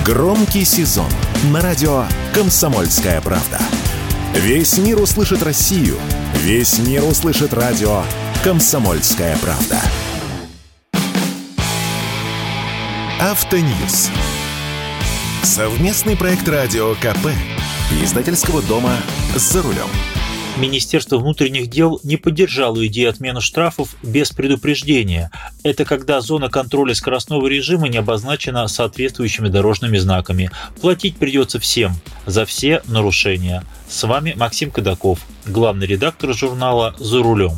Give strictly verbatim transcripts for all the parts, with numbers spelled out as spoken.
Громкий сезон на радио «Комсомольская правда». Весь мир услышит Россию. Весь мир услышит радио «Комсомольская правда». Автоньюз. Совместный проект радио КП. Издательского дома «За рулем». Министерство внутренних дел не поддержало идею отмены штрафов без предупреждения. Это когда зона контроля скоростного режима не обозначена соответствующими дорожными знаками. Платить придется всем за все нарушения. С вами Максим Кадаков, главный редактор журнала «За рулем».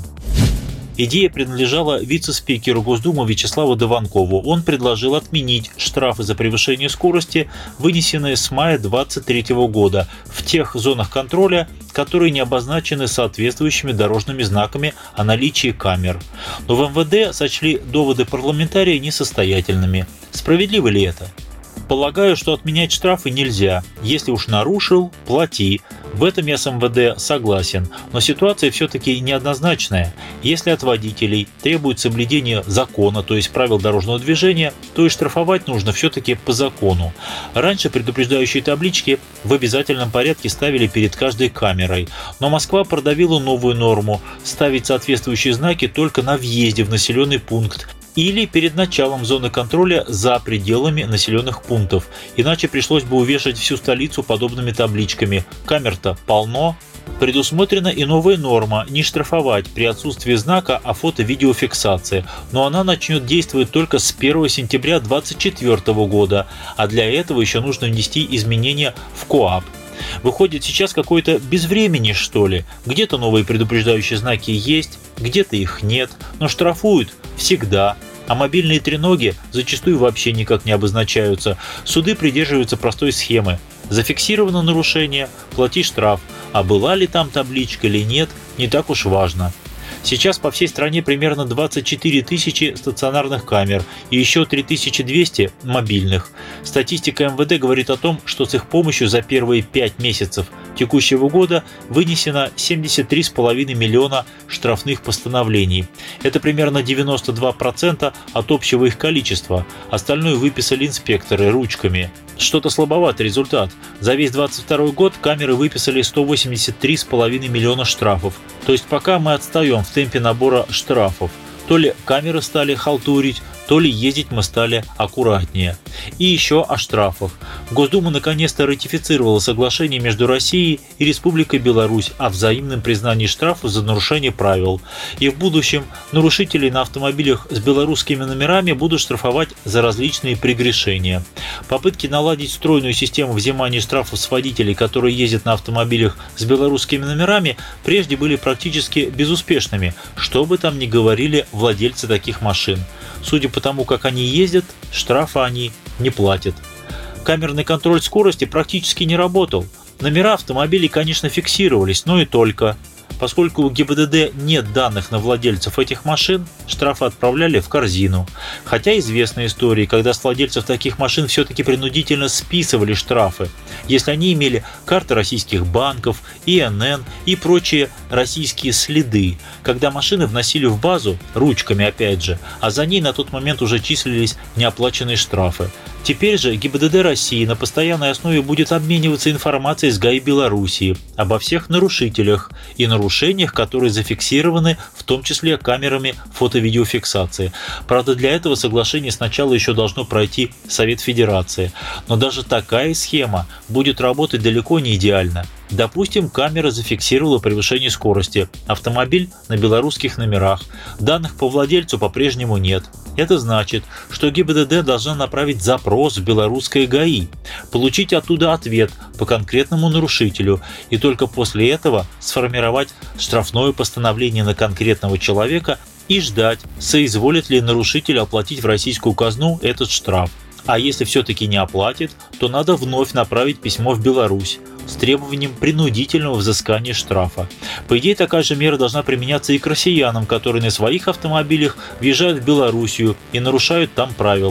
Идея принадлежала вице-спикеру Госдумы Вячеславу Дованкову. Он предложил отменить штрафы за превышение скорости, вынесенные с мая две тысячи двадцать третьего года, в тех зонах контроля, которые не обозначены соответствующими дорожными знаками о наличии камер. Но в эм вэ дэ сочли доводы парламентария несостоятельными. Справедливо ли это? Полагаю, что отменять штрафы нельзя. Если уж нарушил, плати. В этом я с эм вэ дэ согласен. Но ситуация все-таки неоднозначная. Если от водителей требует соблюдения закона, то есть правил дорожного движения, то и штрафовать нужно все-таки по закону. Раньше предупреждающие таблички в обязательном порядке ставили перед каждой камерой. Но Москва продавила новую норму – ставить соответствующие знаки только на въезде в населенный пункт или перед началом зоны контроля за пределами населенных пунктов. Иначе пришлось бы увешать всю столицу подобными табличками. Камер-то полно. Предусмотрена и новая норма – не штрафовать при отсутствии знака о фото-видеофиксации, но она начнет действовать только с первого сентября две тысячи двадцать четвёртого года, а для этого еще нужно внести изменения в КоАП. Выходит, сейчас какое-то безвременье, что ли? Где-то новые предупреждающие знаки есть, где-то их нет, но штрафуют всегда. А мобильные треноги зачастую вообще никак не обозначаются. Суды придерживаются простой схемы. Зафиксировано нарушение – плати штраф, а была ли там табличка или нет, не так уж важно. Сейчас по всей стране примерно двадцать четыре тысячи стационарных камер и еще три тысячи двести мобильных. Статистика эм вэ дэ говорит о том, что с их помощью за первые пять месяцев текущего года вынесено семьдесят три целых пять десятых миллиона штрафных постановлений. Это примерно девяносто два процента от общего их количества. Остальное выписали инспекторы ручками. Что-то слабоватый результат. За весь двадцать второй год камеры выписали сто восемьдесят три целых пять десятых миллиона штрафов. То есть пока мы отстаем в темпе набора штрафов. То ли камеры стали халтурить, то ли ездить мы стали аккуратнее. И еще о штрафах. Госдума наконец-то ратифицировала соглашение между Россией и Республикой Беларусь о взаимном признании штрафов за нарушение правил. И в будущем нарушителей на автомобилях с белорусскими номерами будут штрафовать за различные прегрешения. Попытки наладить стройную систему взимания штрафов с водителей, которые ездят на автомобилях с белорусскими номерами, прежде были практически безуспешными, что бы там ни говорили владельцы таких машин. Судя по тому, как они ездят, штрафа они не платят. Камерный контроль скорости практически не работал. Номера автомобилей, конечно, фиксировались, но и только. Поскольку у гэ и бэ дэ дэ нет данных на владельцев этих машин, штрафы отправляли в корзину. Хотя известны истории, когда с владельцев таких машин все-таки принудительно списывали штрафы, если они имели карты российских банков, и эн эн и прочие российские следы, когда машины вносили в базу, ручками опять же, а за ней на тот момент уже числились неоплаченные штрафы. Теперь же гэ и бэ дэ дэ России на постоянной основе будет обмениваться информацией с гэ а и Белоруссии обо всех нарушителях и нарушениях, которые зафиксированы в том числе камерами фото-видеофиксации. Правда, для этого соглашение сначала еще должно пройти Совет Федерации. Но даже такая схема будет работать далеко не идеально. Допустим, камера зафиксировала превышение скорости, автомобиль на белорусских номерах, данных по владельцу по-прежнему нет. Это значит, что гэ и бэ дэ дэ должна направить запрос в белорусское гэ а и, получить оттуда ответ по конкретному нарушителю и только после этого сформировать штрафное постановление на конкретного человека и ждать, соизволит ли нарушитель оплатить в российскую казну этот штраф. А если все-таки не оплатит, то надо вновь направить письмо в Беларусь с требованием принудительного взыскания штрафа. По идее, такая же мера должна применяться и к россиянам, которые на своих автомобилях въезжают в Белоруссию и нарушают там правила.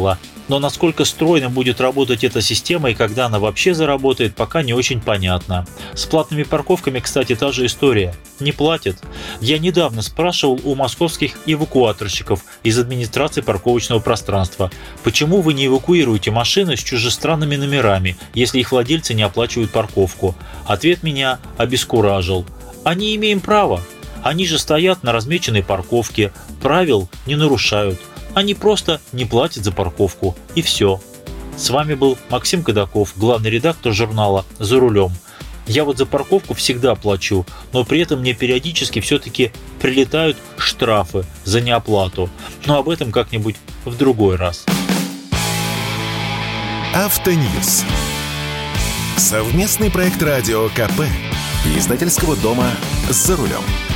Но насколько стройно будет работать эта система и когда она вообще заработает, пока не очень понятно. С платными парковками, кстати, та же история. Не платят. Я недавно спрашивал у московских эвакуаторщиков из администрации парковочного пространства, почему вы не эвакуируете машины с чужестранными номерами, если их владельцы не оплачивают парковку. Ответ меня обескуражил. А не имеем права. Они же стоят на размеченной парковке, правил не нарушают. Они просто не платят за парковку, и все. С вами был Максим Кадаков, главный редактор журнала «За рулем». Я вот за парковку всегда плачу, но при этом мне периодически все-таки прилетают штрафы за неоплату. Но об этом как-нибудь в другой раз. Автоньюз. Совместный проект радио ка пэ и издательского дома «За рулем».